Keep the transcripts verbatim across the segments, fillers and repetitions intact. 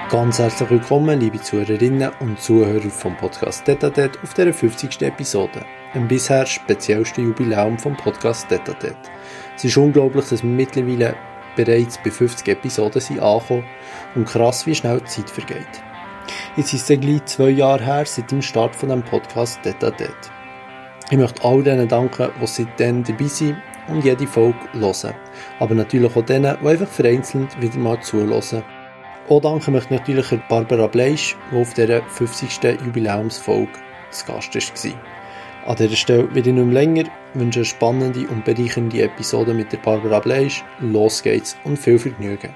Ganz herzlich willkommen, liebe Zuhörerinnen und Zuhörer vom Podcast Tete-a-Tete auf dieser fünfzigsten Episode, dem bisher speziellsten Jubiläum vom Podcast Tete-a-Tete. Es ist unglaublich, dass wir mittlerweile bereits bei fünfzig Episoden sind angekommen und krass, wie schnell die Zeit vergeht. Jetzt ist es gleich zwei Jahre her seit dem Start von dem Podcast Tete-a-Tete. Ich möchte all denen danken, die seitdem dabei sind und jede Folge hören, aber natürlich auch denen, die einfach vereinzelt wieder mal zuhören. Auch danken möchte ich natürlich Barbara Bleisch, die auf dieser fünfzigsten Jubiläumsfolge zu Gast war. An dieser Stelle will ich nicht mehr länger, wünsche eine spannende und bereichernde Episode mit der Barbara Bleisch. Los geht's und viel Vergnügen.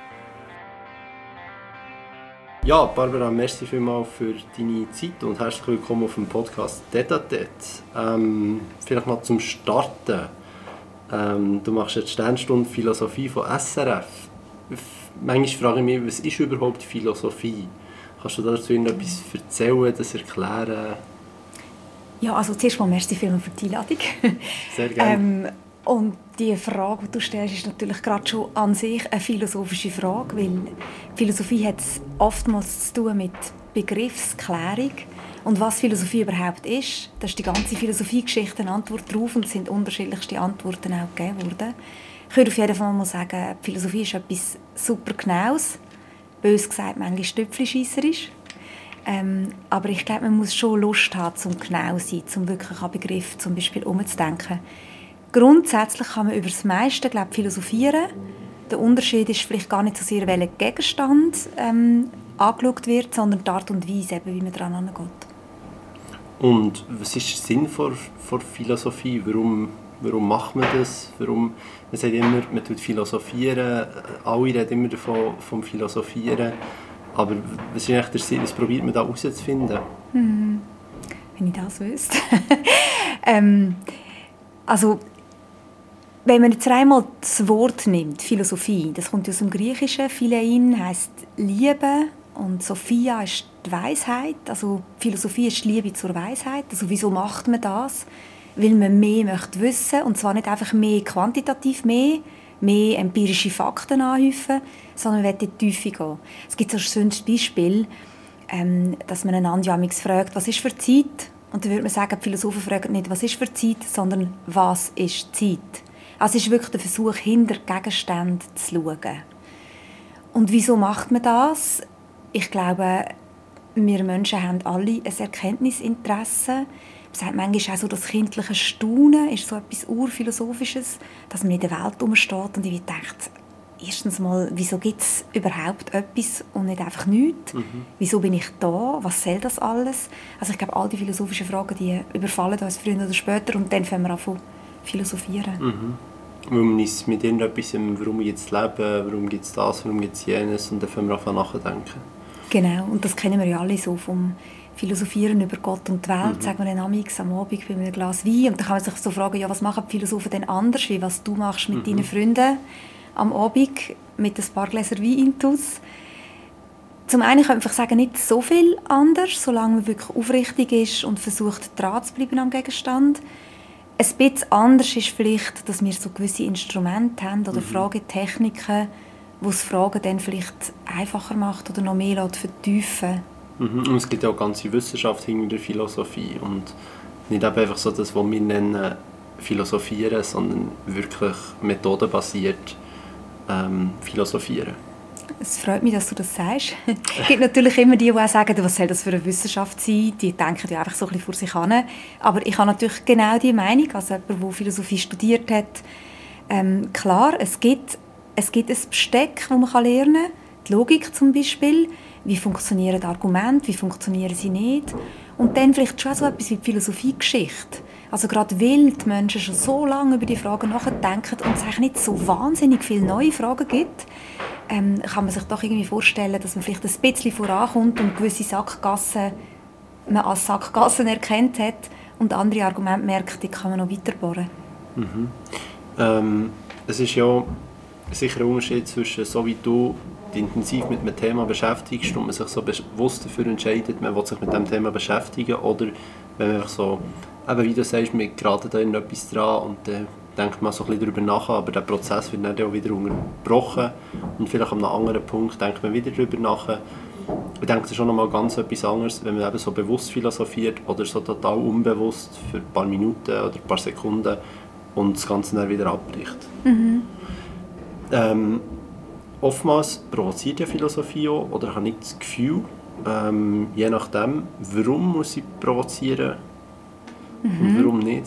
Ja, Barbara, merci vielmals für deine Zeit und herzlich willkommen auf dem Podcast Tete-a-Tete. Ähm, vielleicht mal zum Starten. Ähm, du machst jetzt Sternstunde Philosophie von S R F. Manchmal frage ich mich, was ist überhaupt Philosophie? Kannst du dazu etwas erzählen, das erklären? Ja, also zuerst mal merci vielmals für die Einladung. Sehr gerne. ähm, und die Frage, die du stellst, ist natürlich gerade schon an sich eine philosophische Frage, weil Philosophie hat oftmals zu tun mit Begriffsklärung. Und was Philosophie überhaupt ist, da ist die ganze Philosophiegeschichte eine Antwort drauf und es sind unterschiedlichste Antworten auch gegeben worden. Ich würde auf jeden Fall mal sagen, die Philosophie ist etwas super Genaues, bös gesagt manchmal tüpfelscheisserisch. Ähm, aber ich glaube, man muss schon Lust haben, zum genau zu sein, zum wirklich an Begriff zum Beispiel umzudenken. Grundsätzlich kann man über das meiste, glaube ich, philosophieren. Der Unterschied ist vielleicht gar nicht so sehr, welcher Gegenstand ähm, angeschaut wird, sondern die Art und Weise, eben, wie man daran angeht. Und was ist der Sinn von, von Philosophie? Warum, warum macht man das? Warum, man sagt immer, man tut philosophieren, alle reden immer davon, vom Philosophieren. Aber was ist eigentlich der Sinn? Was probiert man da herauszufinden? Hm. Wenn ich das wüsste. ähm, also, wenn man jetzt einmal das Wort nimmt, Philosophie, das kommt aus dem Griechischen, Philein heisst Liebe und Sophia ist die Weisheit. Also Philosophie ist die Liebe zur Weisheit. Also wieso macht man das? Weil man mehr möchte wissen, und zwar nicht einfach mehr quantitativ mehr, mehr empirische Fakten anhäufen, sondern man will in die Tiefe gehen. Es gibt so ein schönes Beispiel, ähm, dass man einander fragt, was ist für Zeit? Und dann würde man sagen, die Philosophen fragen nicht, was ist für Zeit, sondern was ist Zeit? Also es ist wirklich der Versuch, hinter Gegenständen zu schauen. Und wieso macht man das? Ich glaube, wir Menschen haben alle ein Erkenntnisinteresse. Man sagt manchmal auch so, das kindliche Staunen ist so etwas Urphilosophisches, dass man in der Welt herumsteht und ich denke, erstens mal, wieso gibt es überhaupt etwas und nicht einfach nichts? Mhm. Wieso bin ich da? Was soll das alles? Also ich glaube, all die philosophischen Fragen, die überfallen uns früher oder später und dann fangen wir an zu philosophieren. Mhm. Weil man ist mit irgendetwas, warum gibt es Leben, warum gibt es das, warum gibt es jenes und dann fangen wir an nachdenken. Genau, und das kennen wir ja alle so vom Philosophieren über Gott und die Welt, mhm. sagen wir dann amix am Abend bei einem Glas Wein und dann kann man sich so fragen, ja, was machen die Philosophen denn anders, wie was du machst mit mhm. deinen Freunden am Abend mit ein paar Gläser Wein intus. Zum einen kann man einfach sagen, nicht so viel anders, solange man wirklich aufrichtig ist und versucht, dran zu bleiben am Gegenstand. Ein bisschen anders ist vielleicht, dass wir so gewisse Instrumente haben oder mhm. Fragetechniken, die das Fragen dann vielleicht einfacher macht oder noch mehr vertiefen. Mhm. Und es gibt ja auch ganze Wissenschaft hinter der Philosophie und nicht einfach so das, was wir nennen Philosophieren, sondern wirklich methodenbasiert ähm, philosophieren. Es freut mich, dass du das sagst. Es gibt natürlich immer die, die auch sagen, was soll das für eine Wissenschaft sein? Die denken ja einfach so ein bisschen vor sich hin. Aber ich habe natürlich genau die Meinung, als jemand, der Philosophie studiert hat. Ähm, klar, es gibt, es gibt ein Besteck, das man lernen kann. Die Logik zum Beispiel. Wie funktionieren Argumente, wie funktionieren sie nicht? Und dann vielleicht schon so etwas wie die Philosophiegeschichte. Also gerade weil die Menschen schon so lange über die Fragen nachdenken und es eigentlich nicht so wahnsinnig viele neue Fragen gibt, ähm, kann man sich doch irgendwie vorstellen, dass man vielleicht ein bisschen vorankommt und gewisse Sackgassen man als Sackgassen erkannt hat und andere Argumente merkt, die kann man noch weiterbohren. Mhm. Ähm, es ist ja sicher ein Unterschied zwischen so wie du dich intensiv mit einem Thema beschäftigst und man sich so bewusst dafür entscheidet, man will sich mit diesem Thema beschäftigen, oder wenn man einfach so, eben wie du sagst, wir geraten da in etwas dran und dann denkt man so ein bisschen darüber nach, aber der Prozess wird dann auch wieder unterbrochen und vielleicht an einem anderen Punkt denkt man wieder darüber nach. ich denke, das ist schon nochmal ganz etwas anderes, wenn man eben so bewusst philosophiert oder so total unbewusst für ein paar Minuten oder ein paar Sekunden und das Ganze dann wieder abbricht. Mhm. Ähm, oftmals provoziert ja Philosophie auch, oder habe ich das Gefühl, ähm, je nachdem, warum muss sie provozieren mhm. und warum nicht.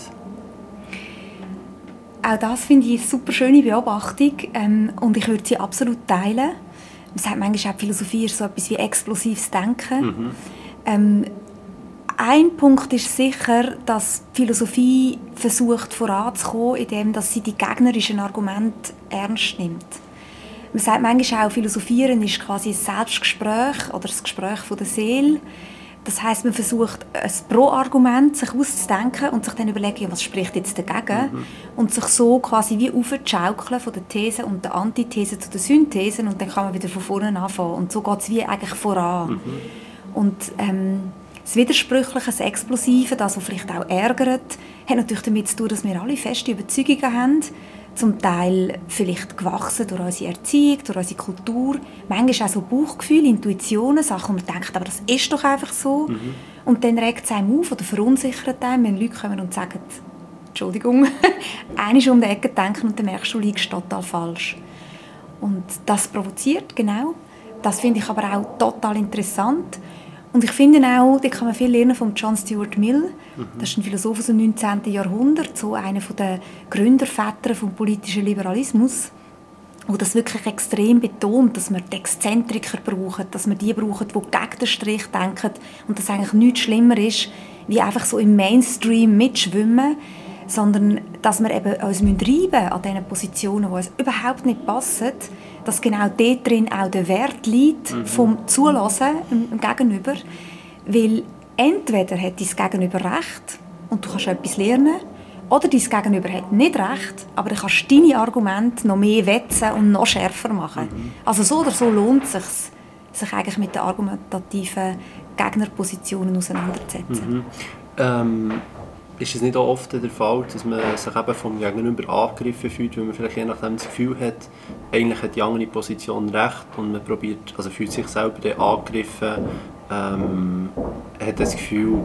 Auch das finde ich eine super schöne Beobachtung ähm, und ich würde sie absolut teilen. Man sagt manchmal auch, Philosophie ist so etwas wie explosives Denken. Mhm. Ähm, ein Punkt ist sicher, dass die Philosophie versucht voranzukommen, indem dass sie die gegnerischen Argumente ernst nimmt. Man sagt manchmal auch, Philosophieren ist quasi ein Selbstgespräch oder das Gespräch von der Seele. Das heisst, man versucht, ein Pro-Argument sich auszudenken und sich dann überlegen, was spricht jetzt dagegen mhm. und sich so quasi wie aufzuschaukeln von der These und der Antithese zu den Synthesen und dann kann man wieder von vorne anfangen und so geht es wie eigentlich voran. Mhm. Und ähm, das Widersprüchliche, das Explosive, das, was vielleicht auch ärgert, hat natürlich damit zu tun, dass wir alle feste Überzeugungen haben, zum Teil vielleicht gewachsen durch unsere Erziehung, durch unsere Kultur. Manchmal auch so Bauchgefühle, Intuitionen, Sachen, wo man denkt, aber das ist doch einfach so. Mhm. Und dann regt es einem auf oder verunsichert einem, wenn Leute kommen und sagen, Entschuldigung, einmal um die Ecke denken und dann merkst du, du liegst total falsch. Und das provoziert, genau. Das finde ich aber auch total interessant. Und ich finde auch, da kann man viel lernen von John Stuart Mill. Mhm. Das ist ein Philosoph aus dem neunzehnten Jahrhundert, so einer der Gründerväter des politischen Liberalismus, der das wirklich extrem betont, dass wir die Exzentriker brauchen, dass wir die brauchen, die gegen den Strich denken und dass eigentlich nichts schlimmer ist, wie einfach so im Mainstream mitschwimmen, sondern dass wir eben uns reiben müssen an diesen Positionen, die uns überhaupt nicht passen, dass genau dort drin auch der Wert liegt mhm. vom Zulassen im Gegenüber. Weil entweder hat dein Gegenüber recht und du kannst etwas lernen, oder dein Gegenüber hat nicht recht, aber du kannst deine Argumente noch mehr wetzen und noch schärfer machen. Mhm. Also so oder so lohnt es sich, sich eigentlich mit den argumentativen Gegnerpositionen auseinanderzusetzen. Mhm. Ähm Ist es nicht auch oft der Fall, dass man sich eben vom Gegenüber angegriffen fühlt, weil man vielleicht je nachdem das Gefühl hat, eigentlich hat die andere Position recht und man probiert, also fühlt sich selber dann angegriffen, ähm, hat das Gefühl,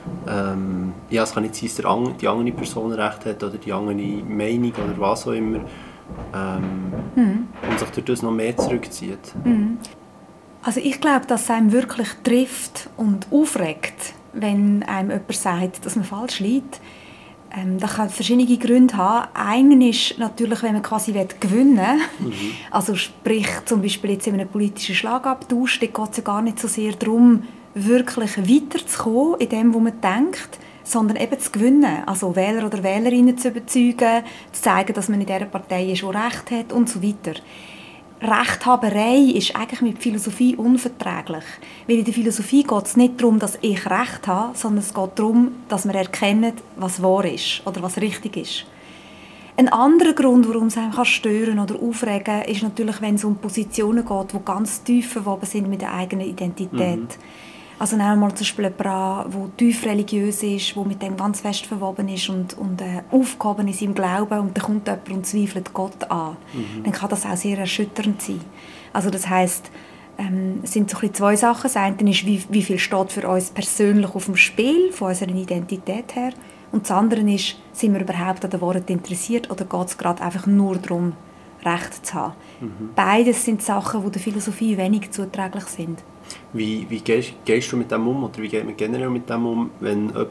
ähm, ja, es kann nicht sein, dass die andere Person recht hat oder die andere Meinung oder was auch immer ähm, mhm. und sich durch das noch mehr zurückzieht. Mhm. Also ich glaube, dass es einem wirklich trifft und aufregt, wenn einem jemand sagt, dass man falsch liegt. Ähm, das kann verschiedene Gründe haben. Einen ist natürlich, wenn man quasi gewinnen will. Mhm. Also sprich zum Beispiel jetzt in einem politischen Schlagabtausch, da geht es ja gar nicht so sehr darum, wirklich weiterzukommen in dem, was man denkt, sondern eben zu gewinnen. Also Wähler oder Wählerinnen zu überzeugen, zu zeigen, dass man in dieser Partei schon Recht hat und so weiter. Rechthaberei ist eigentlich mit Philosophie unverträglich. Weil in der Philosophie geht es nicht darum, dass ich Recht habe, sondern es geht darum, dass wir erkennen, was wahr ist oder was richtig ist. Ein anderer Grund, warum es einem stören oder aufregen kann, ist natürlich, wenn es um Positionen geht, die ganz tief verwoben sind mit der eigenen Identität. Mhm. Also nehmen wir mal zum Beispiel jemanden, der tief religiös ist, der mit dem ganz fest verwoben ist und, und äh, aufgehoben in seinem Glauben und dann kommt jemand und zweifelt Gott an. Mhm. Dann kann das auch sehr erschütternd sein. Also das heisst, ähm, es sind so ein bisschen zwei Sachen. Das eine ist, wie, wie viel steht für uns persönlich auf dem Spiel, von unserer Identität her. Und das andere ist, sind wir überhaupt an den Worten interessiert oder geht es gerade einfach nur darum, Recht zu haben. Mhm. Beides sind Sachen, die der Philosophie wenig zuträglich sind. Wie, wie gehst, gehst du mit dem um, oder wie geht man generell mit dem um, wenn jemand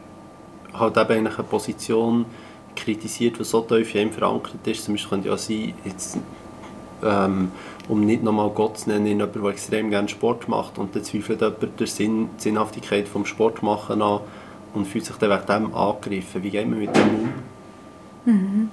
halt eben eine Position kritisiert, die so tief in ihm verankert ist? Zum Beispiel könnte ja sein, jetzt, ähm, um nicht nochmal Gott zu nennen, jemand, der extrem gerne Sport macht und dann zweifelt jemand der Sinn, die Sinnhaftigkeit des Sportmachen an und fühlt sich dann wegen dem angegriffen. Wie geht man mit dem um? Mhm.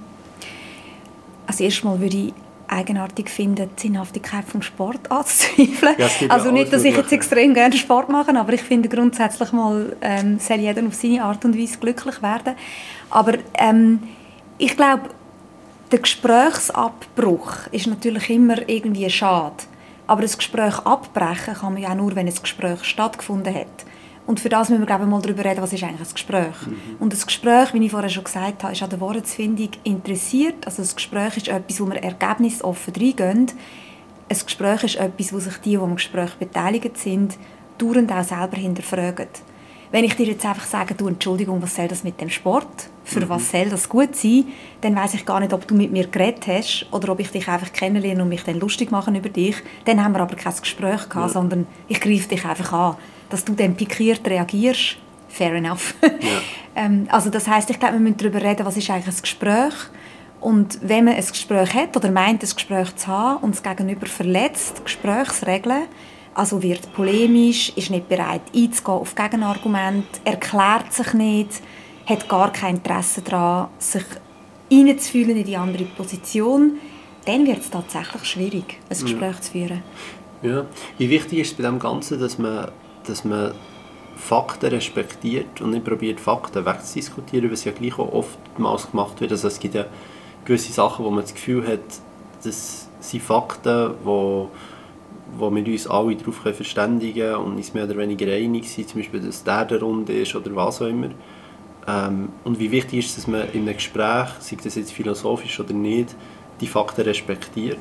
Also erstmal würde ich eigenartig finden, die Sinnhaftigkeit des Sport anzuzweifeln. Ja, also nicht, dass ich jetzt extrem gerne Sport mache, aber ich finde grundsätzlich mal, ähm, soll jeder auf seine Art und Weise glücklich werden. Aber ähm, ich glaube, der Gesprächsabbruch ist natürlich immer irgendwie schade. Aber das Gespräch abbrechen kann man ja auch nur, wenn ein Gespräch stattgefunden hat. Und für das müssen wir, glaube ich, mal darüber reden, was ist eigentlich ein Gespräch. Mhm. Und das Gespräch, wie ich vorher schon gesagt habe, ist an der Wortfindung interessiert. Also das Gespräch ist etwas, wo wir ergebnisoffen reingehen. ein Gespräch ist etwas, wo sich die, die am Gespräch beteiligt sind, dauernd auch selber hinterfragen. Wenn ich dir jetzt einfach sage, du, Entschuldigung, was soll das mit dem Sport? Für mhm. was soll das gut sein? Dann weiss ich gar nicht, ob du mit mir geredet hast oder ob ich dich einfach kennenlerne und mich dann lustig machen über dich. Dann haben wir aber kein Gespräch gehabt, ja. sondern ich greife dich einfach an. Dass du dann pikiert reagierst, fair enough. Ja. ähm, also das heisst, ich glaube, wir müssen darüber reden, was ist eigentlich ein Gespräch. Und wenn man ein Gespräch hat oder meint, ein Gespräch zu haben und das Gegenüber verletzt Gesprächsregeln, also wird polemisch, ist nicht bereit einzugehen auf Gegenargumente, erklärt sich nicht, hat gar kein Interesse daran, sich hineinzufühlen in die andere Position, dann wird es tatsächlich schwierig, ein Gespräch ja. zu führen. Ja. Wie wichtig ist es bei dem Ganzen, dass man, dass man Fakten respektiert und nicht probiert, Fakten wegzudiskutieren, was ja gleich auch oftmals gemacht wird. Also es gibt ja gewisse Sachen, wo man das Gefühl hat, das sind Fakten, die wo wir uns alle darauf verständigen können und uns mehr oder weniger einig sind, zum Beispiel, dass der der Runde ist oder was auch immer. Ähm, und wie wichtig ist es, dass man in einem Gespräch, sei das jetzt philosophisch oder nicht, die Fakten respektiert?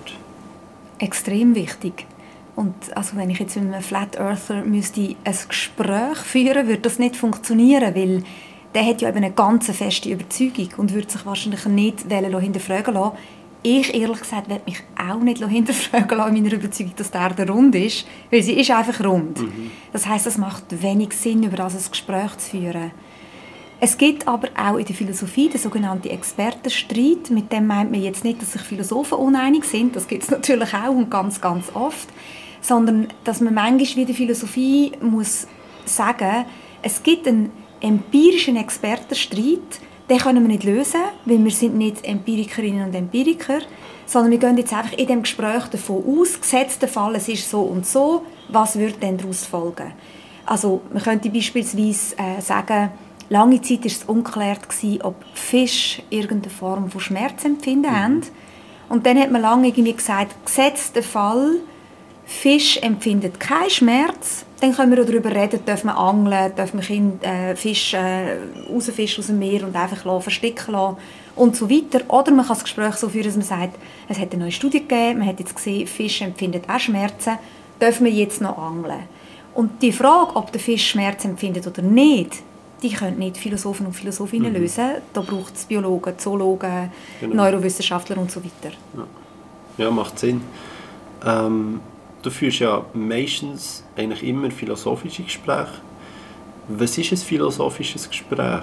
Extrem wichtig. Und also wenn ich jetzt mit einem Flat Earther müsste ein Gespräch führen, würde das nicht funktionieren, weil der hat ja eben eine ganz feste Überzeugung und würde sich wahrscheinlich nicht hinterfragen lassen. Ich, ehrlich gesagt, werde mich auch nicht hinterfragen lassen in meiner Überzeugung, dass der der rund ist, weil sie ist einfach rund. Mhm. Das heisst, es macht wenig Sinn, über das ein Gespräch zu führen. Es gibt aber auch in der Philosophie den sogenannten Expertenstreit. Mit dem meint man jetzt nicht, dass sich Philosophen uneinig sind, das gibt es natürlich auch und ganz, ganz oft, sondern dass man manchmal wie der Philosophie muss sagen, es gibt einen empirischen Expertenstreit, den können wir nicht lösen, weil wir sind nicht Empirikerinnen und Empiriker, sondern wir gehen jetzt einfach in dem Gespräch davon aus, gesetzt der Fall, es ist so und so, was würde denn daraus folgen? Also man könnte beispielsweise äh, sagen, lange Zeit war es ungeklärt, ob Fische irgendeine Form von Schmerzempfinden mhm. haben. Und dann hat man lange irgendwie gesagt, gesetzt der Fall, Fisch empfindet keinen Schmerz, dann können wir darüber reden, dürfen wir angeln, dürfen wir kind, äh, Fisch, äh, rausfischen aus dem Meer und einfach lassen, versticken lassen und so weiter. Oder man kann das Gespräch so führen, dass man sagt, es hat eine neue Studie gegeben, man hat jetzt gesehen, Fisch empfindet auch Schmerzen, dürfen wir jetzt noch angeln. Und die Frage, ob der Fisch Schmerz empfindet oder nicht, die können nicht Philosophen und Philosophinnen mhm. lösen. Da braucht es Biologen, Zoologen, genau. Neurowissenschaftler und so weiter. Ja, ja macht Sinn. Ähm Du führst ja meistens eigentlich immer philosophische Gespräche. Was ist ein philosophisches Gespräch?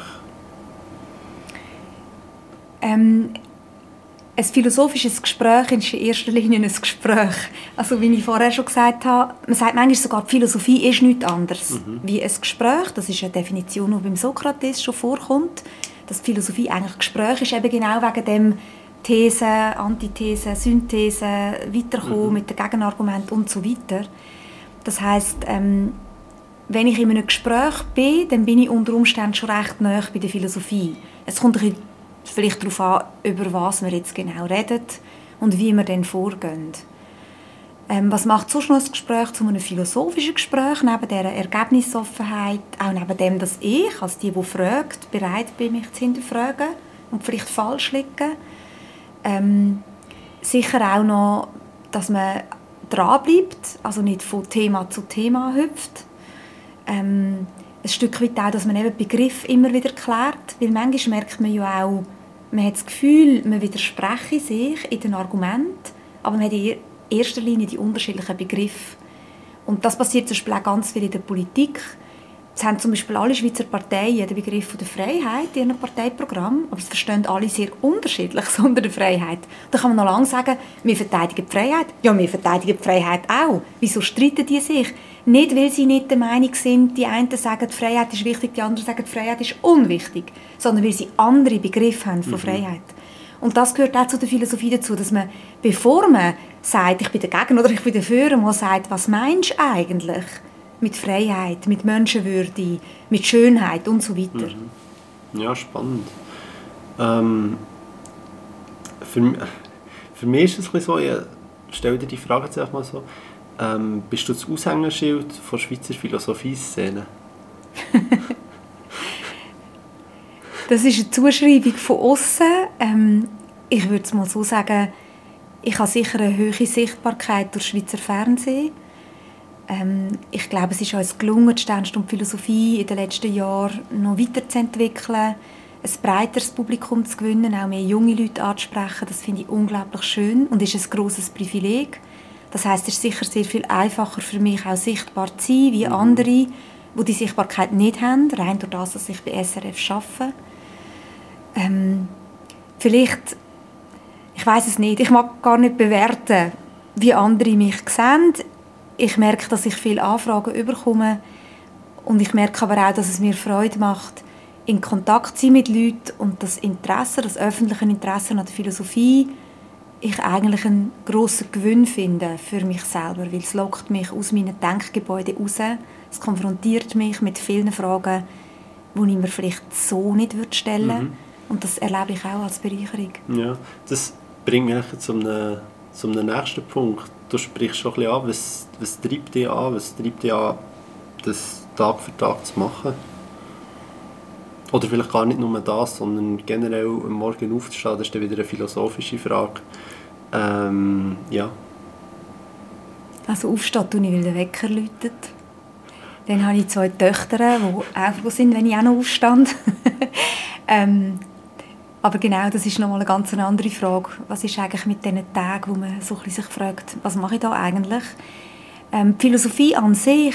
Ähm, ein philosophisches Gespräch ist in erster Linie ein Gespräch. Also wie ich vorher schon gesagt habe, man sagt manchmal sogar, die Philosophie ist nichts anderes mhm. wie ein Gespräch. Das ist eine Definition, die beim Sokrates schon vorkommt. Dass die Philosophie eigentlich Gespräch ist, eben genau wegen dem These, Antithese, Synthese, weiterkommen mhm. mit den Gegenargumenten und so weiter. Das heisst, ähm, wenn ich in einem Gespräch bin, dann bin ich unter Umständen schon recht nahe bei der Philosophie. Es kommt ein bisschen vielleicht darauf an, über was wir jetzt genau reden und wie wir dann vorgehen. Ähm, was macht sonst noch ein Gespräch zu einem philosophischen Gespräch, neben dieser Ergebnisoffenheit, auch neben dem, dass ich, als die, die fragt, bereit bin, mich zu hinterfragen und vielleicht falsch liegen. Ähm, sicher auch noch, dass man dranbleibt, also nicht von Thema zu Thema hüpft. Ähm, ein Stück weit auch, dass man eben Begriff immer wieder klärt, weil manchmal merkt man ja auch, man hat das Gefühl, man widerspreche sich in den Argumenten, aber man hat in erster Linie die unterschiedlichen Begriffe. Und das passiert zum Beispiel auch ganz viel in der Politik. Es haben zum Beispiel alle Schweizer Parteien den Begriff der Freiheit in ihrem Parteiprogramm, aber es verstehen alle sehr unterschiedlich unter der Freiheit. Da kann man noch lange sagen, wir verteidigen die Freiheit. Ja, wir verteidigen die Freiheit auch. Wieso streiten die sich? Nicht, weil sie nicht der Meinung sind, die einen sagen, die Freiheit ist wichtig, die anderen sagen, die Freiheit ist unwichtig, sondern weil sie andere Begriffe haben von mhm. Freiheit. Und das gehört auch zu der Philosophie dazu, dass man, bevor man sagt, ich bin dagegen oder ich bin dafür, mal sagt, was meinst du eigentlich mit Freiheit, mit Menschenwürde, mit Schönheit und so weiter. Mhm. Ja, spannend. Ähm, für, für mich ist es ein bisschen so, ich stelle dir die Frage jetzt einfach mal so, ähm, bist du das Aushängeschild der Schweizer Philosophie-Szene? Das ist eine Zuschreibung von außen. Ähm, ich würde es mal so sagen, Ich habe sicher eine hohe Sichtbarkeit durch Schweizer Fernsehen. Ähm, ich glaube, es ist uns gelungen, die Sternstunde Philosophie in den letzten Jahren noch weiterzuentwickeln, ein breiteres Publikum zu gewinnen, auch mehr junge Leute anzusprechen. Das finde ich unglaublich schön und ist ein grosses Privileg. Das heisst, es ist sicher sehr viel einfacher für mich, auch sichtbar zu sein, wie mhm. andere, die die Sichtbarkeit nicht haben, rein durch das, dass ich bei S R F arbeite. Ähm, vielleicht, ich weiss es nicht, ich mag gar nicht bewerten, wie andere mich sehen. Ich merke, dass ich viele Anfragen bekomme und ich merke aber auch, dass es mir Freude macht, in Kontakt zu sein mit Leuten und das Interesse, das öffentliche Interesse an der Philosophie, ich eigentlich einen grossen Gewinn finde für mich selber, weil es lockt mich aus meinen Denkgebäuden raus, es konfrontiert mich mit vielen Fragen, die ich mir vielleicht so nicht stellen würde. Mhm. Und das erlebe ich auch als Bereicherung. Ja, das bringt mich zu einem, zu einem nächsten Punkt. Du sprichst schon ein bisschen an, was, was treibt dich an, was treibt dich an, das Tag für Tag zu machen? Oder vielleicht gar nicht nur das, sondern generell am Morgen aufzustehen, das ist dann wieder eine philosophische Frage. Ähm, ja. Also aufstehen tue ich, weil der Wecker läutet. Dann habe ich zwei Töchter, die auch froh sind, wenn ich auch noch aufstehe. ähm, aber genau, das ist nochmal eine ganz andere Frage. Was ist eigentlich mit diesen Tagen, wo man so ein bisschen sich fragt, was mache ich da eigentlich? Ähm, die Philosophie an sich,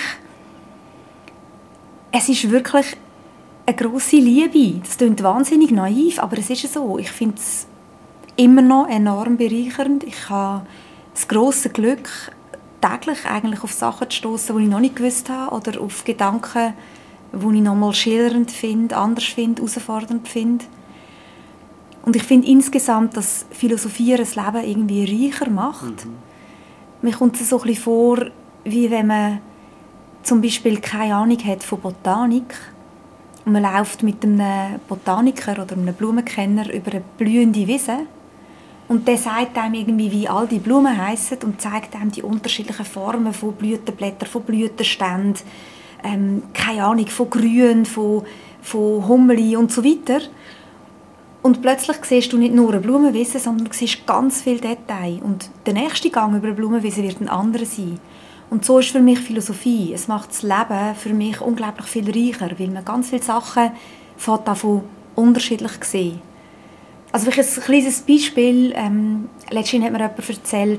es ist wirklich eine grosse Liebe. Das klingt wahnsinnig naiv, aber es ist so. Ich finde es immer noch enorm bereichernd. Ich habe das grosse Glück, täglich eigentlich auf Sachen zu stossen, die ich noch nicht gewusst habe, oder auf Gedanken, die ich noch mal schillernd finde, anders finde, herausfordernd finde. Und ich finde insgesamt, dass Philosophie das Leben irgendwie reicher macht. Mhm. Mir kommt es so ein bisschen vor, wie wenn man zum Beispiel keine Ahnung hat von Botanik und man läuft mit einem Botaniker oder einem Blumenkenner über eine blühende Wiese und der sagt einem irgendwie, wie all die Blumen heissen und zeigt einem die unterschiedlichen Formen von Blütenblättern, von Blütenständen, ähm, keine Ahnung, von Grün, von, von Hummeli und so weiter. Und plötzlich siehst du nicht nur eine Blumenwiese, sondern du siehst ganz viele Details. Und der nächste Gang über eine Blumenwiese wird ein anderer sein. Und so ist für mich Philosophie. Es macht das Leben für mich unglaublich viel reicher, weil man ganz viele Sachen davon unterschiedlich sehen. Also vielleicht ein kleines Beispiel. Ähm, letztens hat mir jemand erzählt,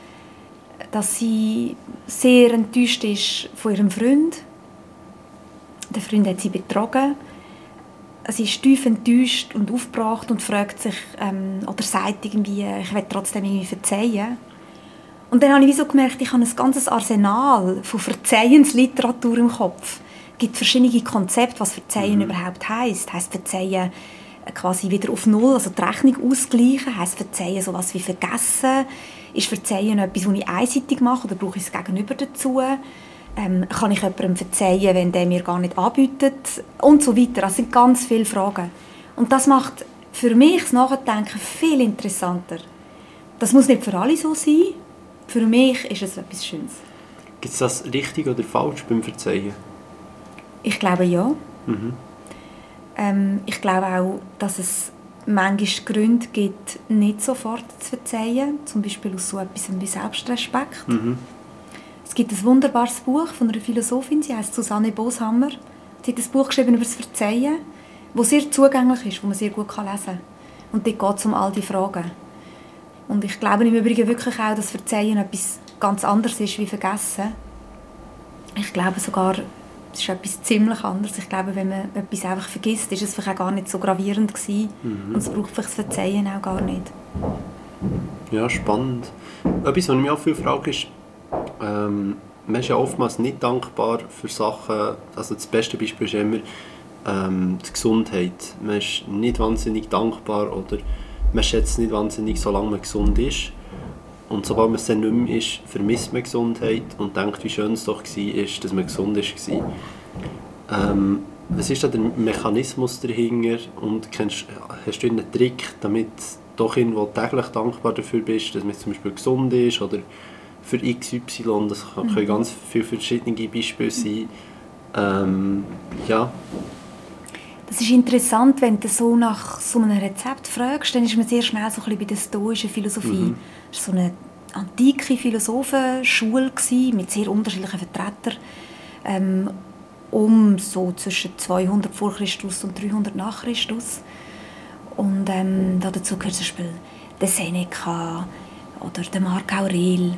dass sie sehr enttäuscht ist von ihrem Freund. Der Freund hat sie betrogen. Sie ist tief enttäuscht und aufgebracht und fragt sich, ähm, oder sagt irgendwie, ich will trotzdem irgendwie verzeihen. Und dann habe ich so gemerkt, ich habe ein ganzes Arsenal von Verzeihенsliteratur im Kopf. Es gibt verschiedene Konzepte, was Verzeihen mhm. überhaupt heisst. Heisst Verzeihen quasi wieder auf Null, also die Rechnung ausgleichen? Heisst Verzeihen so etwas wie vergessen? Ist Verzeihen etwas, was ich einseitig mache oder brauche ich das Gegenüber dazu? Ähm, kann ich jemandem verzeihen, wenn der mir gar nicht anbietet? Und so weiter. Das sind ganz viele Fragen. Und das macht für mich das Nachdenken viel interessanter. Das muss nicht für alle so sein. Für mich ist es etwas Schönes. Gibt es das richtig oder falsch beim Verzeihen? Ich glaube ja. Mhm. Ähm, ich glaube auch, dass es manchmal Gründe gibt, nicht sofort zu verzeihen. Zum Beispiel aus so etwas wie Selbstrespekt. Mhm. Es gibt ein wunderbares Buch von einer Philosophin, sie heisst Susanne Boshammer. Sie hat ein Buch geschrieben über das Verzeihen, das sehr zugänglich ist, das man sehr gut lesen kann. Und dort geht es um all diese Fragen. Und ich glaube im Übrigen wirklich auch, dass Verzeihen etwas ganz anderes ist wie Vergessen. Ich glaube sogar, es ist etwas ziemlich anderes. Ich glaube, wenn man etwas einfach vergisst, ist es vielleicht auch gar nicht so gravierend gewesen. Mhm. Und es braucht vielleicht das Verzeihen auch gar nicht. Ja, spannend. Etwas, was ich mich auch viel frage, ist, ähm, man ist ja oftmals nicht dankbar für Sachen. Also das beste Beispiel ist immer ähm, die Gesundheit. Man ist nicht wahnsinnig dankbar oder man schätzt nicht wahnsinnig, solange man gesund ist. Und sobald man es dann nicht mehr ist, vermisst man Gesundheit und denkt, wie schön es doch war, dass man gesund war. Ähm, was ist da der Mechanismus dahinter? Und kennst, hast du einen Trick, damit du doch irgendwo täglich dankbar dafür bist, dass man zum Beispiel gesund ist oder für X Y? Das können mhm. ganz viele verschiedene Beispiele sein. Ähm, ja. Das ist interessant, wenn du so nach so einem Rezept fragst, dann ist man sehr schnell so ein bisschen bei der stoischen Philosophie. Mhm. Das war so eine antike Philosophenschule mit sehr unterschiedlichen Vertretern, ähm, um so zwischen zweihundert vor Christus und dreihundert nach Christus. Und ähm, dazu gehört zum Beispiel der Seneca oder der Marc Aurel.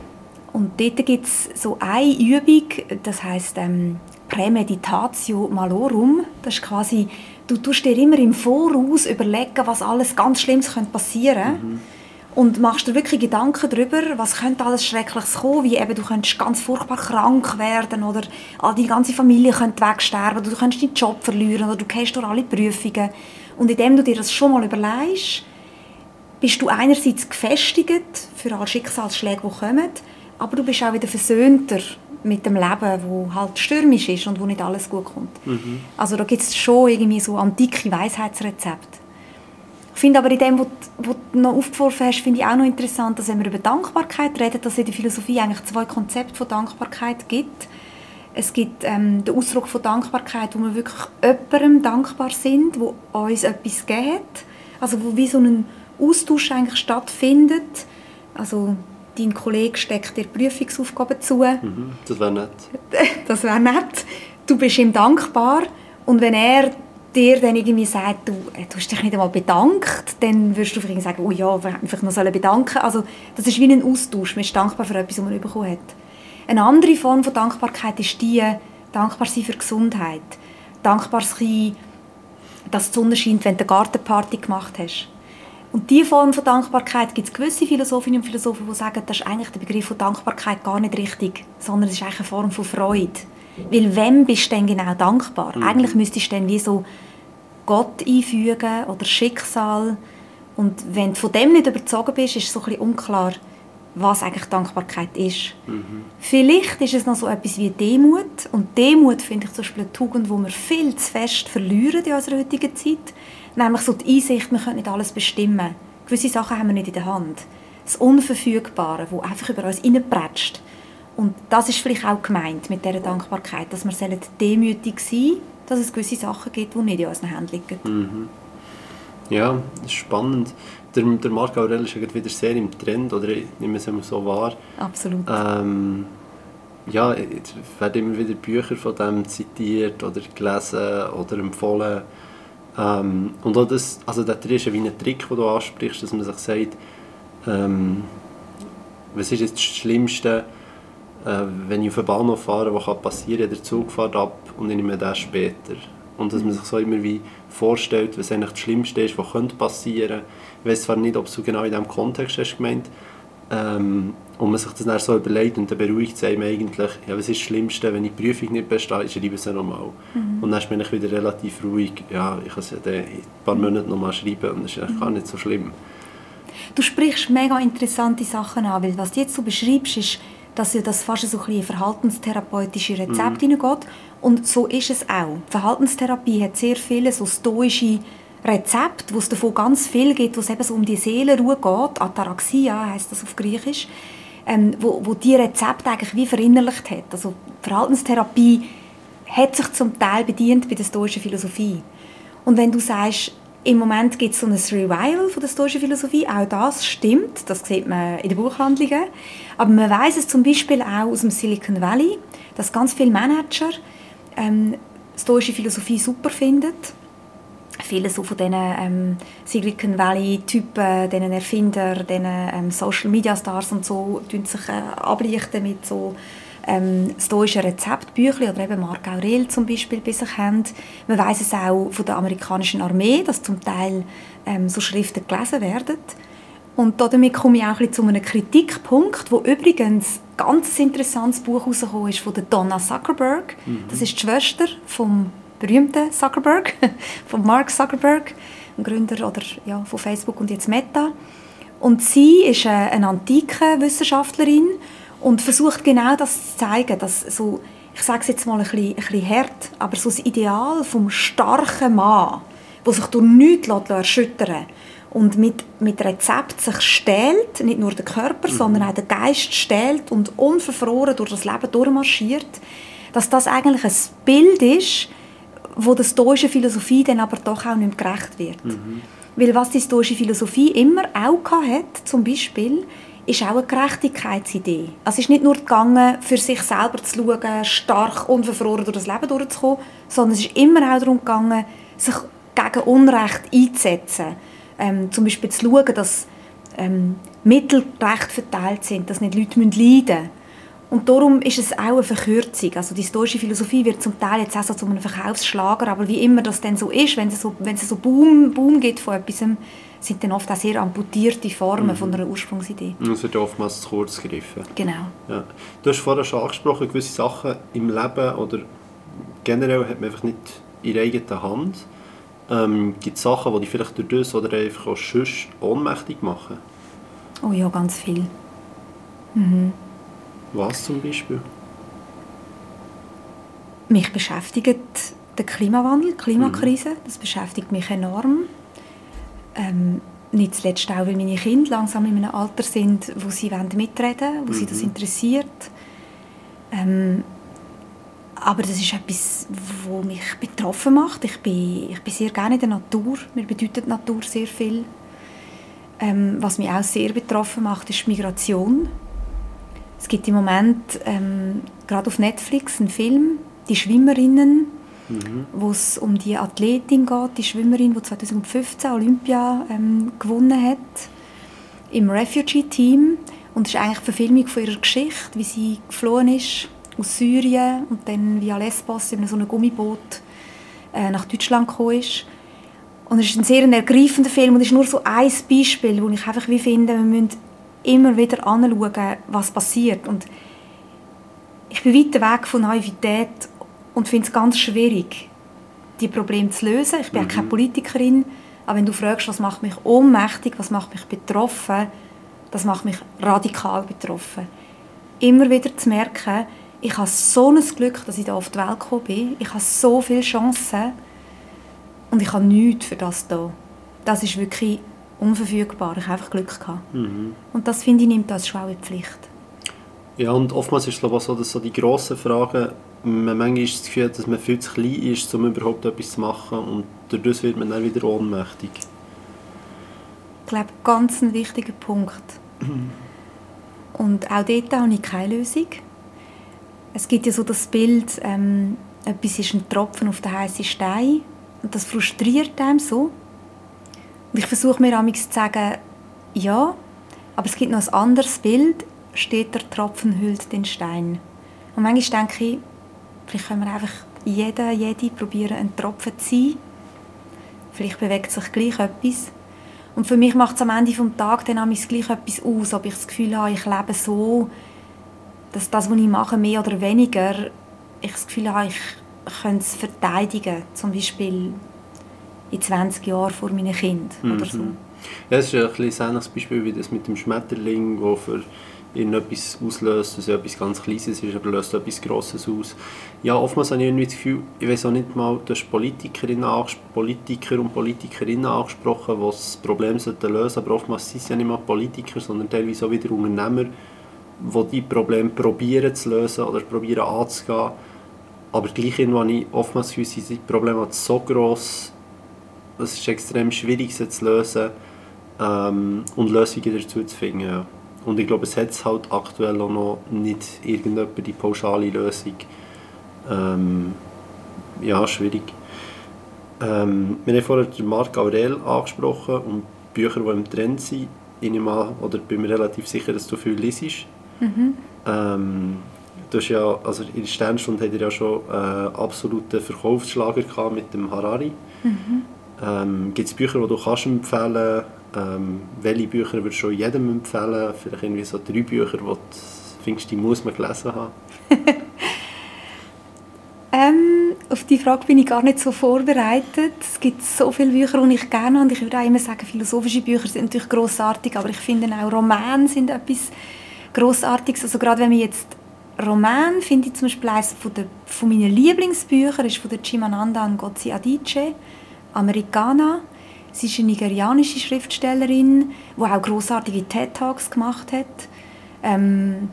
Und dort gibt es so eine Übung, das heisst ähm, Prämeditatio malorum. Das ist quasi, du tust dir immer im Voraus überlegen, was alles ganz Schlimmes passieren könnte. Mhm. Und machst dir wirklich Gedanken darüber, was könnte alles Schreckliches kommen, wie eben du könntest ganz furchtbar krank werden oder die ganze Familie könnte wegsterben oder du könntest deinen Job verlieren oder du gehst durch alle Prüfungen. Und indem du dir das schon mal überlegst, bist du einerseits gefestigt für alle Schicksalsschläge, die kommen, aber du bist auch wieder versöhnter mit dem Leben, wo halt stürmisch ist und wo nicht alles gut kommt. Mhm. Also da gibt es schon irgendwie so antike Weisheitsrezepte. Ich finde aber in dem, was du noch aufgeworfen hast, finde ich auch noch interessant, dass wenn wir über Dankbarkeit reden, dass es in der Philosophie eigentlich zwei Konzepte von Dankbarkeit gibt. Es gibt ähm, den Ausdruck von Dankbarkeit, wo wir wirklich jemandem dankbar sind, wo uns etwas gibt. Also wo wie so ein Austausch eigentlich stattfindet. Also dein Kollege steckt dir Prüfungsaufgaben zu. Mhm, das wäre nett. Das wäre nett. Du bist ihm dankbar und wenn er dir dann irgendwie sagt, du, du hast dich nicht einmal bedankt, dann wirst du vielleicht sagen, oh ja, wir hätten mich noch bedanken sollen. Also das ist wie ein Austausch. Man ist dankbar für etwas, was man bekommen hat. Eine andere Form von Dankbarkeit ist die, dankbar sein für Gesundheit. Dankbar sein, dass die Sonne scheint, wenn du eine Gartenparty gemacht hast. Und diese Form von Dankbarkeit gibt es gewisse Philosophinnen und Philosophen, die sagen, das ist eigentlich der Begriff von Dankbarkeit gar nicht richtig, sondern es ist eigentlich eine Form von Freude. Weil wem bist du denn genau dankbar? Mhm. Eigentlich müsstest du dann wie so Gott einfügen oder Schicksal. Und wenn du von dem nicht überzogen bist, ist es so ein bisschen unklar, was eigentlich Dankbarkeit ist. Mhm. Vielleicht ist es noch so etwas wie Demut. Und Demut finde ich zum Beispiel eine Tugend, die wir viel zu fest verlieren in unserer heutigen Zeit. Nämlich so die Einsicht, wir können nicht alles bestimmen. Gewisse Sachen haben wir nicht in der Hand. Das Unverfügbare, das einfach über uns hineinprätscht. Und das ist vielleicht auch gemeint mit dieser Dankbarkeit, dass wir demütig sein sollen, dass es gewisse Sachen gibt, die nicht in unseren Händen liegen. Mhm. Ja, das ist spannend. Der, der Marc Aurel ist wieder sehr im Trend, oder ich nehme es immer so wahr. Absolut. Ähm, ja, es werden immer wieder Bücher von dem zitiert oder gelesen oder empfohlen. Ähm, und auch das, also das ist wie ein Trick, den du ansprichst, dass man sich sagt, ähm, was ist jetzt das Schlimmste, äh, wenn ich auf einen Bahnhof fahre, was kann passieren, der Zug fährt ab und ich nehme das später. Und dass man sich so immer wie vorstellt, was eigentlich das Schlimmste ist, was könnte passieren. Ich weiß zwar nicht, ob du genau in diesem Kontext hast gemeint, ähm, und man sich das dann so überlegt und dann beruhigt es einem eigentlich, ja, was ist das Schlimmste, wenn ich die Prüfung nicht bestehe, ich schreibe es nochmal. Mhm. Und dann bin ich wieder relativ ruhig, ja, ich kann es ja in ein paar Monaten nochmal schreiben und das ist eigentlich mhm. gar nicht so schlimm. Du sprichst mega interessante Sachen an, weil was du jetzt so beschreibst, ist, dass ja das fast so ein bisschen verhaltenstherapeutische Rezept mhm. hineingeht. Und so ist es auch. Die Verhaltenstherapie hat sehr viele so stoische Rezepte, wo es davon ganz viel geht, wo es eben so um die Seelenruhe geht. Ataraxia heisst das auf Griechisch. Ähm, wo, wo die Rezepte eigentlich wie verinnerlicht hat. Also die Verhaltenstherapie hat sich zum Teil bedient bei der stoischen Philosophie. Und wenn du sagst, im Moment gibt es so ein Revival von der stoischen Philosophie, auch das stimmt, das sieht man in den Buchhandlungen. Aber man weiss es zum Beispiel auch aus dem Silicon Valley, dass ganz viele Manager ähm, stoische Philosophie super finden. Viele so von diesen ähm, Silicon Valley-Typen, diesen Erfindern, diesen ähm, Social-Media-Stars und so, tun sich äh, ablichten mit so ähm, stoischen Rezeptbüchern oder eben Marc Aurel zum Beispiel bei sich haben. Man weiss es auch von der amerikanischen Armee, dass zum Teil ähm, so Schriften gelesen werden. Und damit komme ich auch ein bisschen zu einem Kritikpunkt, wo übrigens ein ganz interessantes Buch herausgekommen ist von der Donna Zuckerberg. Mhm. Das ist die Schwester vom berühmten Zuckerberg, von Mark Zuckerberg, dem Gründer oder, ja, von Facebook und jetzt Meta. Und sie ist eine, eine antike Wissenschaftlerin und versucht genau das zu zeigen, dass so, ich sage es jetzt mal ein bisschen, ein bisschen hart, aber so das Ideal vom starken Mann, der sich durch nichts erschüttern lässt und mit, mit Rezept sich stählt, nicht nur der Körper, mhm. sondern auch der Geist stählt und unverfroren durch das Leben durchmarschiert, dass das eigentlich ein Bild ist, wo der stoischen Philosophie dann aber doch auch nicht mehr gerecht wird. Mhm. Weil was die stoische Philosophie immer auch hatte, zum Beispiel, ist auch eine Gerechtigkeitsidee. Also es ist nicht nur gegangen, für sich selber zu schauen, stark unverfroren durch das Leben durchzukommen, sondern es ist immer auch darum gegangen, sich gegen Unrecht einzusetzen. Ähm, zum Beispiel zu schauen, dass ähm, Mittel gerecht verteilt sind, dass nicht Leute leiden müssen. Und darum ist es auch eine Verkürzung. Also die stoische Philosophie wird zum Teil jetzt auch so zu einem Verkaufsschlager, aber wie immer das dann so ist, wenn es so, wenn es so Boom, Boom gibt von etwas, sind dann oft auch sehr amputierte Formen mhm. von einer Ursprungsidee. Es wird oftmals zu kurz gegriffen. Genau. Ja. Du hast vorhin schon angesprochen, gewisse Sachen im Leben oder generell hat man einfach nicht in der eigenen Hand. Ähm, gibt es Sachen, die dich vielleicht durch das oder einfach auch sonst ohnmächtig machen? Oh ja, ganz viel. Mhm. Was zum Beispiel? Mich beschäftigt der Klimawandel, die Klimakrise. Mhm. Das beschäftigt mich enorm. Ähm, nicht zuletzt auch, weil meine Kinder langsam in einem Alter sind, wo sie mitreden wollen, wo mhm. sie das interessiert. Ähm, aber das ist etwas, was mich betroffen macht. Ich bin, ich bin sehr gerne in der Natur. Mir bedeutet die Natur sehr viel. Ähm, was mich auch sehr betroffen macht, ist Migration. Es gibt im Moment ähm, gerade auf Netflix einen Film, «Die Schwimmerinnen», mhm. wo es um die Athletin geht, die Schwimmerin, die zwanzig fünfzehn Olympia ähm, gewonnen hat, im Refugee-Team. Und es ist eigentlich die Verfilmung von ihrer Geschichte, wie sie geflohen ist aus Syrien und dann via Lesbos in so einem Gummiboot äh, nach Deutschland gekommen ist. Und es ist ein sehr ergreifender Film und es ist nur so ein Beispiel, wo ich einfach wie finde, wir müssen immer wieder anschauen, was passiert. Und ich bin weit weg von Naivität und finde es ganz schwierig, die Probleme zu lösen. Ich bin mhm. auch keine Politikerin, aber wenn du fragst, was macht mich ohnmächtig, was macht mich betroffen, das macht mich radikal betroffen. Immer wieder zu merken, ich habe so ein Glück, dass ich hier auf die Welt gekommen bin. Ich habe so viele Chancen und ich habe nichts für das hier. Das ist wirklich unverfügbar. Ich habe einfach Glück gehabt. Mhm. Und das, finde ich, nimmt das schon auch in die Pflicht. Ja, und oftmals ist es so, dass so die grossen Fragen, man manchmal ist das Gefühl, dass man viel zu klein ist, um überhaupt etwas zu machen und dadurch wird man dann wieder ohnmächtig. Ich glaube, ganz ein wichtiger Punkt. Mhm. Und auch dort habe ich keine Lösung. Es gibt ja so das Bild, ähm, etwas ist ein Tropfen auf den heißen Stein und das frustriert einem so. Und ich versuche mir manchmal zu sagen, ja, aber es gibt noch ein anderes Bild, steht der Tropfen hüllt den Stein. Und manchmal denke ich, vielleicht können wir einfach jeder, jede probieren, ein Tropfen zu sein. Vielleicht bewegt sich gleich etwas. Und für mich macht es am Ende des Tages dann gleich etwas aus, ob ich das Gefühl habe, ich lebe so, dass das, was ich mache, mehr oder weniger, ich das Gefühl habe, ich könnte es verteidigen, zum Beispiel in zwanzig Jahren vor meinen Kindern mhm. oder so. Ja, es ist ein bisschen ein ähnliches Beispiel wie das mit dem Schmetterling, der für irgendetwas auslöst, was etwas ganz Kleines ist, aber löst etwas Grosses aus. Ja, oftmals habe ich irgendwie das Gefühl, ich weiß auch nicht mal, du hast Politikerinnen, Politiker und Politikerinnen angesprochen, die das Problem lösen sollten, aber oftmals sind es ja nicht mal Politiker, sondern teilweise auch wieder Unternehmer, die die Probleme probieren zu lösen oder probieren anzugehen. Aber gleich habe ich oftmals das Gefühl, sind die Probleme so gross, es ist extrem schwierig, sie zu lösen ähm, und Lösungen dazu zu finden. Ja. Und ich glaube, es hat halt aktuell auch noch nicht irgendjemand die pauschale Lösung. Ähm, ja, schwierig. Ähm, wir haben vorhin Marc Aurel angesprochen und Bücher, die im Trend sind. Ich nehme an, oder bin mir relativ sicher, dass du viel liest. Mhm. Ähm, du hast ja, also in der Sternstunde hattet ihr ja schon äh, absoluten Verkaufsschlager gehabt mit dem Harari. Mhm. Ähm, gibt es Bücher, die du kannst empfehlen kannst? Ähm, welche Bücher würdest du jedem empfehlen? Vielleicht irgendwie so drei Bücher, die du findest, die muss man gelesen haben? ähm, auf diese Frage bin ich gar nicht so vorbereitet. Es gibt so viele Bücher, die ich gerne habe. Ich würde auch immer sagen, philosophische Bücher sind natürlich grossartig, aber ich finde auch Romane sind etwas Grossartiges. Also gerade wenn wir jetzt Roman, finde ich zum Beispiel eines von, der, von meinen Lieblingsbüchern ist von der Chimamanda Ngozi Adichie, Americana. Sie ist eine nigerianische Schriftstellerin, die auch grossartige TED-Talks gemacht hat. Ähm,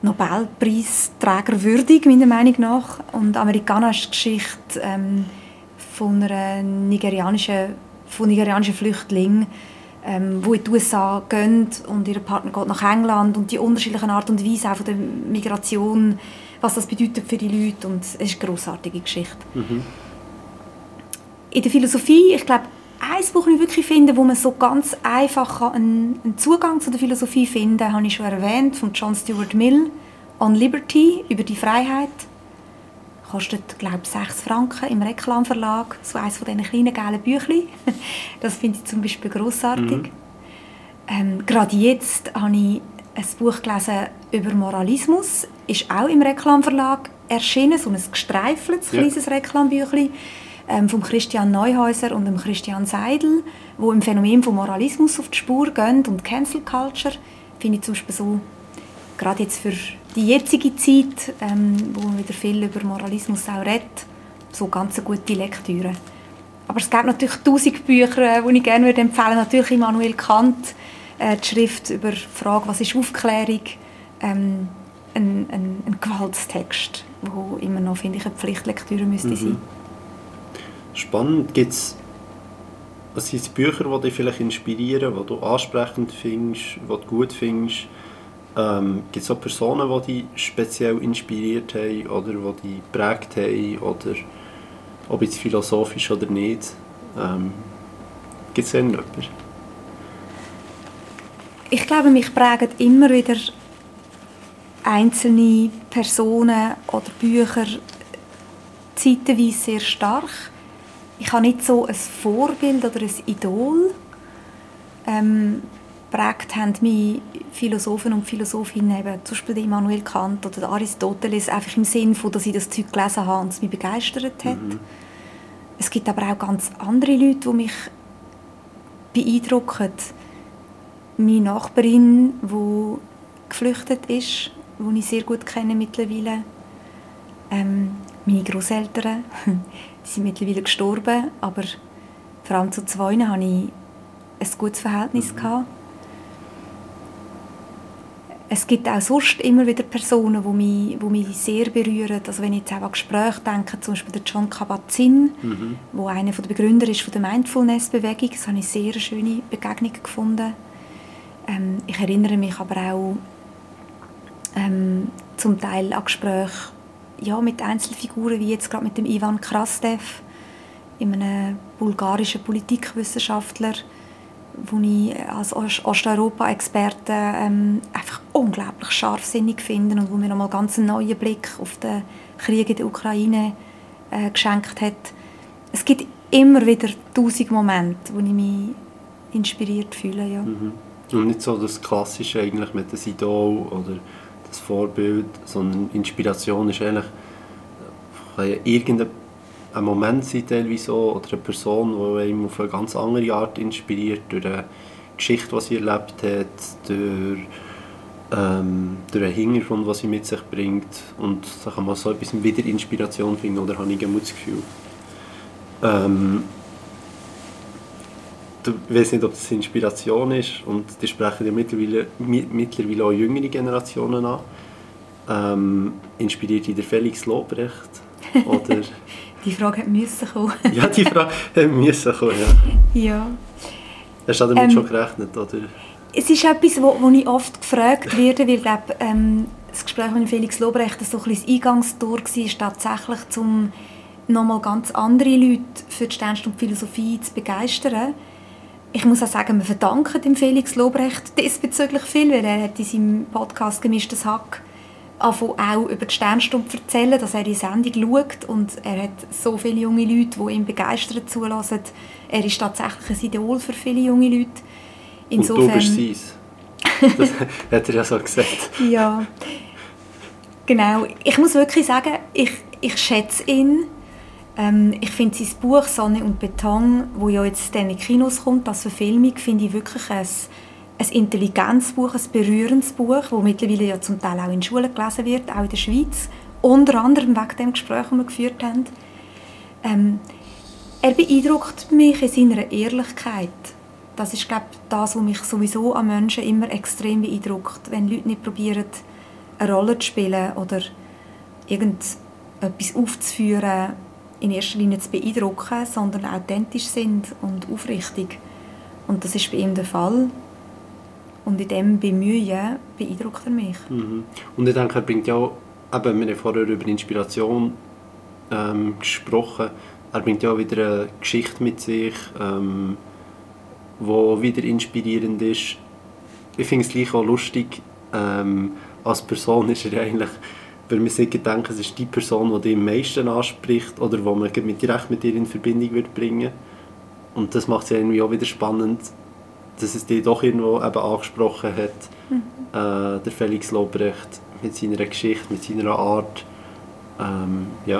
Nobelpreisträger würdig, meiner Meinung nach. Und Americana ist die Geschichte ähm, von einer nigerianischen, von nigerianischen Flüchtlingen, ähm, die in die U S A gehen und ihr Partner geht nach England und die unterschiedlichen Art und Weise auch von der Migration, was das bedeutet für die Leute, und es ist eine grossartige Geschichte. Mhm. In der Philosophie, ich glaube, ein Buch, das ich wirklich finde, wo man so ganz einfach einen, einen Zugang zu der Philosophie finden kann, habe ich schon erwähnt, von John Stuart Mill, «On Liberty», über die Freiheit. Kostet, glaube ich, sechs Franken im Reklamverlag. So eines von diesen kleinen gelben Büchlein. Das finde ich zum Beispiel grossartig. Mhm. Ähm, gerade jetzt habe ich ein Buch gelesen über Moralismus. Ist auch im Reklamverlag erschienen, so ein gestreifeltes ja. kleines Reklambüchlein ähm, von Christian Neuhäuser und dem Christian Seidel, wo im Phänomen von Moralismus auf die Spur gehen und Cancel Culture. Finde ich zum Beispiel so, gerade jetzt für die jetzige Zeit, ähm, wo man wieder viel über Moralismus auch redet, so ganz eine gute Lektüre. Aber es gibt natürlich tausend Bücher, die ich gerne empfehlen würde. Natürlich Immanuel Kant, äh, die Schrift über die Frage, was ist Aufklärung, ähm, ein, ein, ein Gewaltstext, der immer noch, finde ich, eine Pflichtlektüre müsste mhm. sein. Spannend. Gibt es was sind Bücher, die dich vielleicht inspirieren, die du ansprechend findest, die du gut findest? Ähm, gibt es auch Personen, die dich speziell inspiriert haben oder die dich geprägt haben, oder ob jetzt philosophisch oder nicht? Ähm, gibt es irgendjemanden? Ich glaube, mich prägen immer wieder einzelne Personen oder Bücher zeitweise sehr stark. Ich habe nicht so ein Vorbild oder ein Idol. Ähm, geprägt haben mich Philosophen und Philosophinnen, eben, zum Beispiel Immanuel Kant oder Aristoteles, einfach im Sinne von, dass ich das Zeug gelesen habe und es mich begeistert hat. Mhm. Es gibt aber auch ganz andere Leute, die mich beeindrucken. Meine Nachbarin, die geflüchtet ist, die ich sehr gut kenne mittlerweile. Ähm, meine Grosseltern, die sind mittlerweile gestorben, aber vor allem zu zwei hatte ich ein gutes Verhältnis. Mhm. Gehabt. Es gibt auch sonst immer wieder Personen, die mich, die mich sehr berühren. Also wenn ich jetzt auch an Gespräche denke, zum Beispiel der Jon Kabat-Zinn, mhm. der einer der Begründer ist von der Mindfulness-Bewegung. Das habe ich sehr eine schöne Begegnung gefunden. Ähm, ich erinnere mich aber auch ähm, zum Teil an Gespräche ja, mit Einzelfiguren, wie jetzt gerade mit dem Ivan Krastev, einem bulgarischen Politikwissenschaftler, den ich als Osteuropa-Experte ähm, einfach unglaublich scharfsinnig finde und wo mir nochmal ganz einen neuen Blick auf den Krieg in der Ukraine äh, geschenkt hat. Es gibt immer wieder tausend Momente, wo ich mich inspiriert fühle. Ja. Mhm. Und nicht so das Klassische eigentlich mit dem Idol oder das Vorbild, sondern Inspiration ist eigentlich kann ja irgendein ein Moment sein teilweise so, oder eine Person, die einem auf eine ganz andere Art inspiriert, durch eine Geschichte, die sie erlebt hat, durch, ähm, durch einen Hintergrund, den sie mit sich bringt, und da kann man so etwas wieder Inspiration finden, oder habe ich das Gefühl. Ähm, ich weiß nicht, ob das Inspiration ist, und die sprechen ja mittlerweile, mittlerweile auch jüngere Generationen an. Ähm, inspiriert dich der Felix Lobrecht? Oder die Frage hat müssen kommen. Ja, die Frage hat müssen kommen, ja. Ja. Hast du damit ähm, schon gerechnet, oder? Es ist etwas, wo, wo ich oft gefragt werde, weil ich glaube, ähm, das Gespräch mit Felix Lobrecht so ein bisschen das Eingangstor war, tatsächlich, um nochmal ganz andere Leute für die Sternstunde und Philosophie zu begeistern. Ich muss auch sagen, wir verdanken dem Felix Lobrecht diesbezüglich viel, weil er hat in seinem Podcast «Gemischtes Hack» auch über die Sternstunde erzählen, dass er die Sendung schaut, und er hat so viele junge Leute, die ihm begeistert zulassen. Er ist tatsächlich ein Idol für viele junge Leute. Insofern, und du bist seins. Das hat er ja so gesagt. Ja, genau. Ich muss wirklich sagen, ich, ich schätze ihn. Ähm, ich finde sein Buch «Sonne und Beton», das ja jetzt in die Kinos kommt, als Verfilmung, finde ich wirklich ein ein intelligentes Buch, ein berührendes Buch, das mittlerweile ja zum Teil auch in Schulen gelesen wird, auch in der Schweiz, unter anderem wegen dem Gespräch, das wir geführt haben. Ähm, er beeindruckt mich in seiner Ehrlichkeit. Das ist, glaube ich, das, was mich sowieso an Menschen immer extrem beeindruckt, wenn Leute nicht probieren, eine Rolle zu spielen oder irgendetwas aufzuführen in erster Linie zu beeindrucken, sondern authentisch sind und aufrichtig. Und das ist bei ihm der Fall. Und in diesem Bemühen beeindruckt er mich. Mhm. Und ich denke, er bringt ja auch, eben, wir haben vorher über Inspiration ähm, gesprochen, er bringt ja auch wieder eine Geschichte mit sich, ähm, die wieder inspirierend ist. Ich finde es gleich auch lustig, ähm, als Person ist er eigentlich, wenn man sich denkt, es ist die Person, die dich am meisten anspricht oder wo man mit, direkt mit dir in Verbindung wird bringen. Und das macht es irgendwie auch wieder spannend, dass es dich doch irgendwo eben angesprochen hat, mhm. äh, der Felix Lobrecht mit seiner Geschichte, mit seiner Art. Ähm, ja.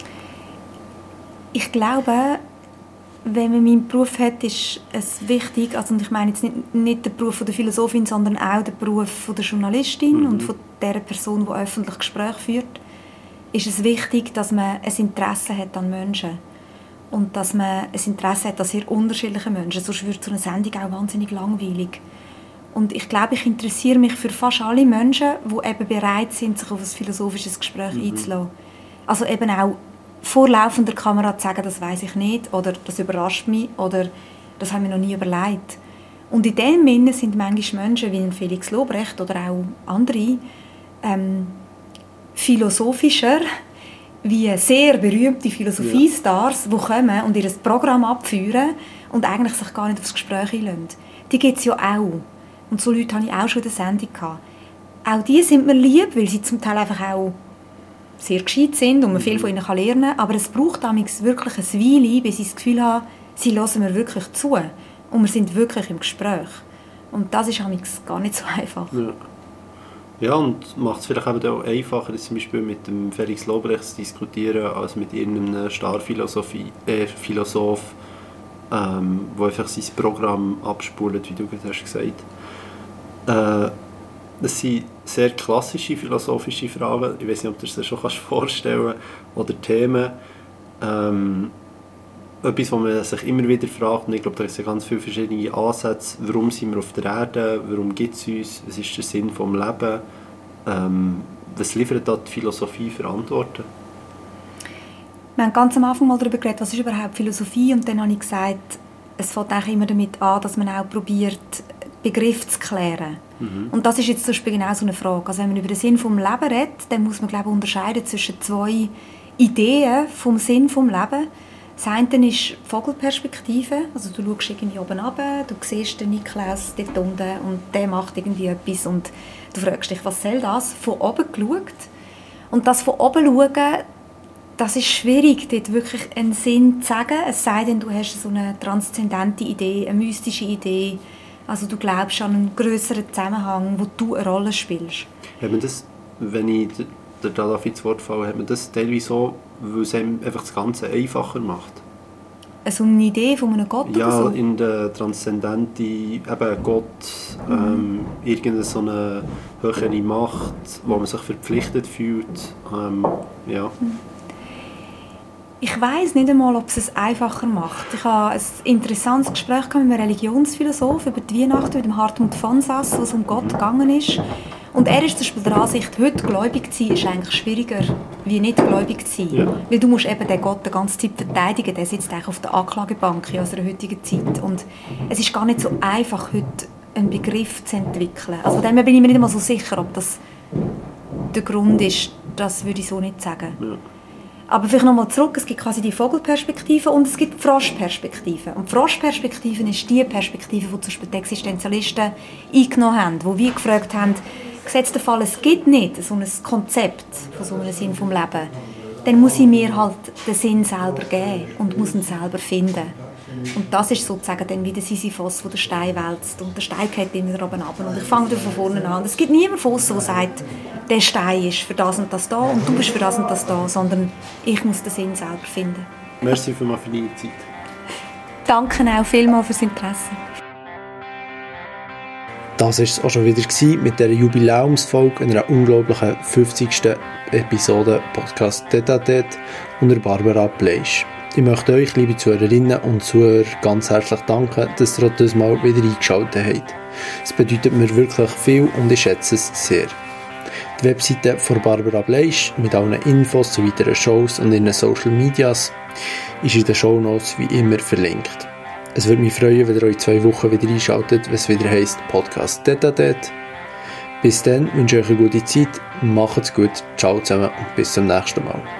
Ich glaube, wenn man meinen Beruf hat, ist es wichtig, also und ich meine jetzt nicht, nicht den Beruf der Philosophin, sondern auch den Beruf der Journalistin mhm. und von der Person, die öffentlich Gespräche führt, ist es wichtig, dass man ein Interesse hat an Menschen. Und dass man ein Interesse hat an sehr unterschiedlichen Menschen. Sonst wird so eine Sendung auch wahnsinnig langweilig. Und ich glaube, ich interessiere mich für fast alle Menschen, die eben bereit sind, sich auf ein philosophisches Gespräch mhm. einzulassen. Also eben auch vor laufender Kamera zu sagen, das weiss ich nicht, oder das überrascht mich, oder das habe ich mir noch nie überlegt. Und in dem Sinne sind manchmal Menschen wie Felix Lobrecht oder auch andere ähm, philosophischer, wie sehr berühmte Philosophiestars, ja. die kommen und ihr Programm abführen und eigentlich sich gar nicht aufs Gespräch einlassen. Die gibt es ja auch. Und so Leute hatte ich auch schon in der Sendung gehabt. Auch die sind mir lieb, weil sie zum Teil einfach auch sehr gescheit sind und man viel von ihnen lernen kann. Aber es braucht damals wirklich ein Weile, bis ich das Gefühl habe, sie hören mir wirklich zu. Und wir sind wirklich im Gespräch. Und das ist damals gar nicht so einfach. Ja. Ja, und macht es vielleicht auch einfacher, zum Beispiel mit dem Felix Lobrecht zu diskutieren, als mit irgendeinem Starphilosoph, äh, Philosoph, ähm, der einfach sein Programm abspult, wie du gerade hast gesagt. Äh, das sind sehr klassische philosophische Fragen. Ich weiß nicht, ob du dir das schon vorstellen kannst. Oder Themen. Ähm, etwas, was man sich immer wieder fragt, und ich glaube, da gibt es ganz viele verschiedene Ansätze. Warum sind wir auf der Erde? Warum gibt es uns? Was ist der Sinn des Lebens? Ähm, was liefert da die Philosophie für Antworten? Wir haben ganz am Anfang mal darüber geredet, was ist überhaupt Philosophie? Und dann habe ich gesagt, es fängt eigentlich immer damit an, dass man auch probiert, Begriffe zu klären. Mhm. Und das ist jetzt zum Beispiel genau so eine Frage. Also wenn man über den Sinn des Lebens redet, dann muss man, glaube ich, unterscheiden zwischen zwei Ideen vom Sinn des Lebens. Das eine ist die Vogelperspektive, also du schaust irgendwie oben runter, du siehst den Niklaus dort unten und der macht irgendwie etwas und du fragst dich, was soll das? Von oben geschaut. Und das von oben schauen, das ist schwierig, dort wirklich einen Sinn zu sagen, es sei denn, du hast so eine transzendente Idee, eine mystische Idee, also du glaubst an einen grösseren Zusammenhang, wo du eine Rolle spielst. Hat man das, wenn ich der da ins Wort falle, hat man das teilweise so, weil es einem einfach das Ganze einfacher macht? Also eine Idee von einem Gott ja, oder so? Ja, in der transzendente, eben Gott, mhm. ähm, irgendeine so eine höhere Macht, wo man sich verpflichtet fühlt. Ähm, ja. Ich weiss nicht einmal, ob es es einfacher macht. Ich hatte ein interessantes Gespräch mit einem Religionsphilosoph über die Weihnachten mit dem Hartmut von Sass, wo es um Gott gegangen ist. Und er ist zum Beispiel der Ansicht, heute gläubig zu sein, ist eigentlich schwieriger, wie nicht gläubig zu sein. Ja. Weil du musst eben den Gott die ganze Zeit verteidigen. Der sitzt eigentlich auf der Anklagebank in unserer heutigen Zeit. Und es ist gar nicht so einfach, heute einen Begriff zu entwickeln. Also von dem bin ich mir nicht einmal so sicher, ob das der Grund ist. Das würde ich so nicht sagen. Ja. Aber vielleicht nochmal zurück, es gibt quasi die Vogelperspektive und es gibt die Froschperspektive. Und die Froschperspektive ist die Perspektive, die zum Beispiel die Existenzialisten eingenommen haben, wo wir gefragt haben, gesetzt der Fall, es gibt nicht so ein Konzept von so einem Sinn vom Leben, dann muss ich mir halt den Sinn selber geben und muss ihn selber finden. Und das ist sozusagen dann wie der Sisyphos, der den Stein wälzt und der Stein geht immer oben runter. Und ich fange von vorne an. Es gibt niemanden von uns, der sagt, der Stein ist für das und das da und du bist für das und das da, sondern ich muss den Sinn selber finden. Merci für deine Zeit. Danke auch vielmals fürs Interesse. Das war es auch schon wieder mit dieser Jubiläumsfolge einer unglaublichen fünfzigsten Episode Podcast Tête à Tête unter Barbara Pleisch. Ich möchte euch, liebe Zuhörerinnen und Zuhörer, ganz herzlich danken, dass ihr auch dieses Mal wieder eingeschaltet habt. Es bedeutet mir wirklich viel und ich schätze es sehr. Die Webseite von Barbara Bleisch mit allen Infos zu weiteren Shows und ihren Social Medias ist in den Shownotes wie immer verlinkt. Es würde mich freuen, wenn ihr euch zwei Wochen wieder einschaltet, wenn es wieder heisst Podcast Tete-a-Tete. Bis dann wünsche ich euch eine gute Zeit, macht's gut, ciao zusammen und bis zum nächsten Mal.